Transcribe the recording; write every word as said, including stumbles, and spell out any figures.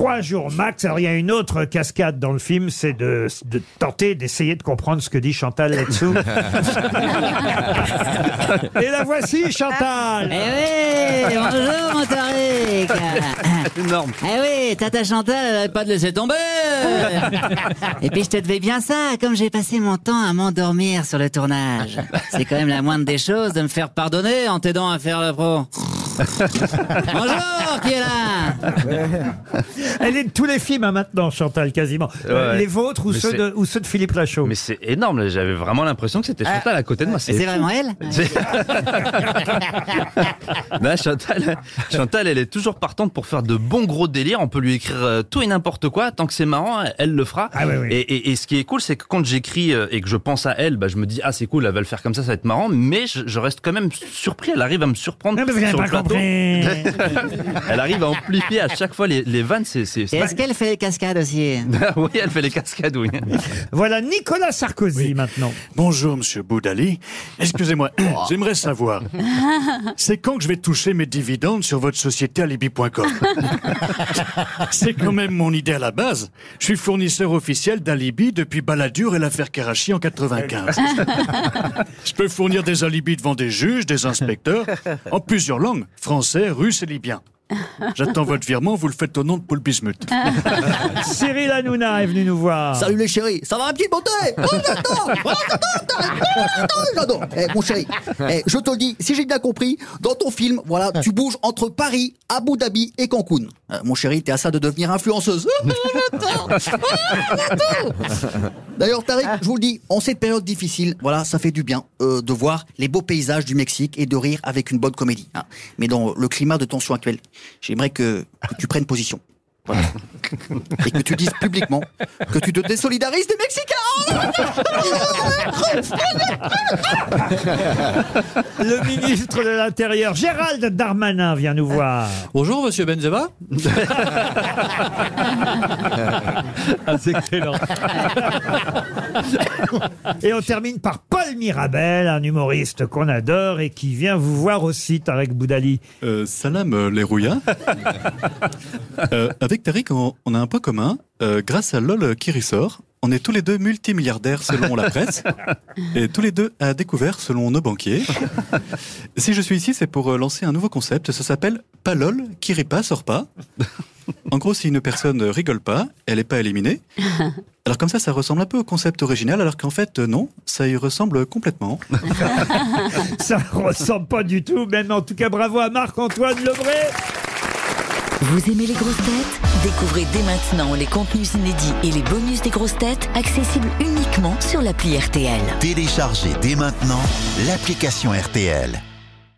trois jours max. Alors il y a une autre cascade dans le film, c'est de, de tenter d'essayer de comprendre ce que dit Chantal là-dessous. Et la voici, Chantal. Eh oui, bonjour mon Tariq. Énorme. Eh oui, Tata Chantal, elle avait pas de laisser tomber. Et puis je te devais bien ça, comme j'ai passé mon temps à m'endormir sur le tournage. C'est quand même la moindre des choses de me faire pardonner en t'aidant à faire le pro. Bonjour, qui est là? Elle est de tous les films hein, maintenant, Chantal, quasiment. Euh, Ouais. Les vôtres ou ceux, c'est... de, ou ceux de Philippe Lachaud. Mais c'est énorme, là. J'avais vraiment l'impression que c'était Chantal à côté de moi. C'est, c'est vraiment elle? Non, Chantal, Chantal, elle est toujours partante pour faire de bons gros délires. On peut lui écrire euh, tout et n'importe quoi. Tant que c'est marrant, elle le fera. Ah, oui, oui. Et, et, et ce qui est cool, c'est que quand j'écris euh, et que je pense à elle, bah, je me dis, ah, c'est cool, elle va le faire comme ça, ça va être marrant. Mais je, je reste quand même surpris. Elle arrive à me surprendre Non, mais vous n'avez sur pas le plateau. compris. Elle arrive à amplifier à chaque fois les, les vannes. C'est, c'est, c'est... Et est-ce qu'elle fait les cascades aussi? Oui, elle fait les cascades, oui. Voilà Nicolas Sarkozy Oui. maintenant. Bonjour, monsieur Boudali. Excusez-moi, j'aimerais savoir, c'est quand que je vais toucher mes dividendes sur votre société alibi point com? C'est quand même mon idée à la base. Je suis fournisseur officiel d'Alibi depuis Balladur et l'affaire Karachi en quatre-vingt-quinze. Je peux fournir des alibis devant des juges, des inspecteurs, en plusieurs langues, français, russe et libyen. J'attends votre virement, vous le faites au nom de Paul Bismuth. Cyril Hanouna est venu nous voir. Salut les chéris, ça va ma petite beauté? Oh j'adore, oh j'adore, oh, j'adore. Eh, mon chéri, eh, je te le dis, si j'ai bien compris, dans ton film, voilà, tu bouges entre Paris, Abu Dhabi et Cancun. Euh, mon chéri, t'es à ça de devenir influenceuse. Oh, j'adore, oh, j'adore. D'ailleurs, Tariq, je vous le dis, en cette période difficile, voilà, ça fait du bien euh, de voir les beaux paysages du Mexique et de rire avec une bonne comédie. Hein. Mais dans le climat de tension actuel, j'aimerais que, que tu prennes position. Voilà. Et que tu dises publiquement que tu te désolidarises des Mexicains. Le ministre de l'Intérieur, Gérald Darmanin, vient nous voir. Bonjour, monsieur Benzema. Ah, c'est excellent. Et on termine par Paul Mirabel, un humoriste qu'on adore et qui vient vous voir aussi, Tarek Boudali. Euh, salam euh, les rouillas. euh, avec Tariq, on, on a un point commun. Euh, grâce à LOL qui ressort, on est tous les deux multimilliardaires selon la presse et tous les deux à découvert selon nos banquiers. Si je suis ici, c'est pour lancer un nouveau concept. Ça s'appelle pas LOL qui rit pas, sort pas. En gros, si une personne rigole pas, elle n'est pas éliminée. Alors comme ça, ça ressemble un peu au concept original, alors qu'en fait, non, ça y ressemble complètement. Ça ressemble pas du tout, même en tout cas, bravo à Marc-Antoine Lebré. Vous aimez les grosses têtes? Découvrez dès maintenant les contenus inédits et les bonus des grosses têtes accessibles uniquement sur l'appli R T L. Téléchargez dès maintenant l'application R T L.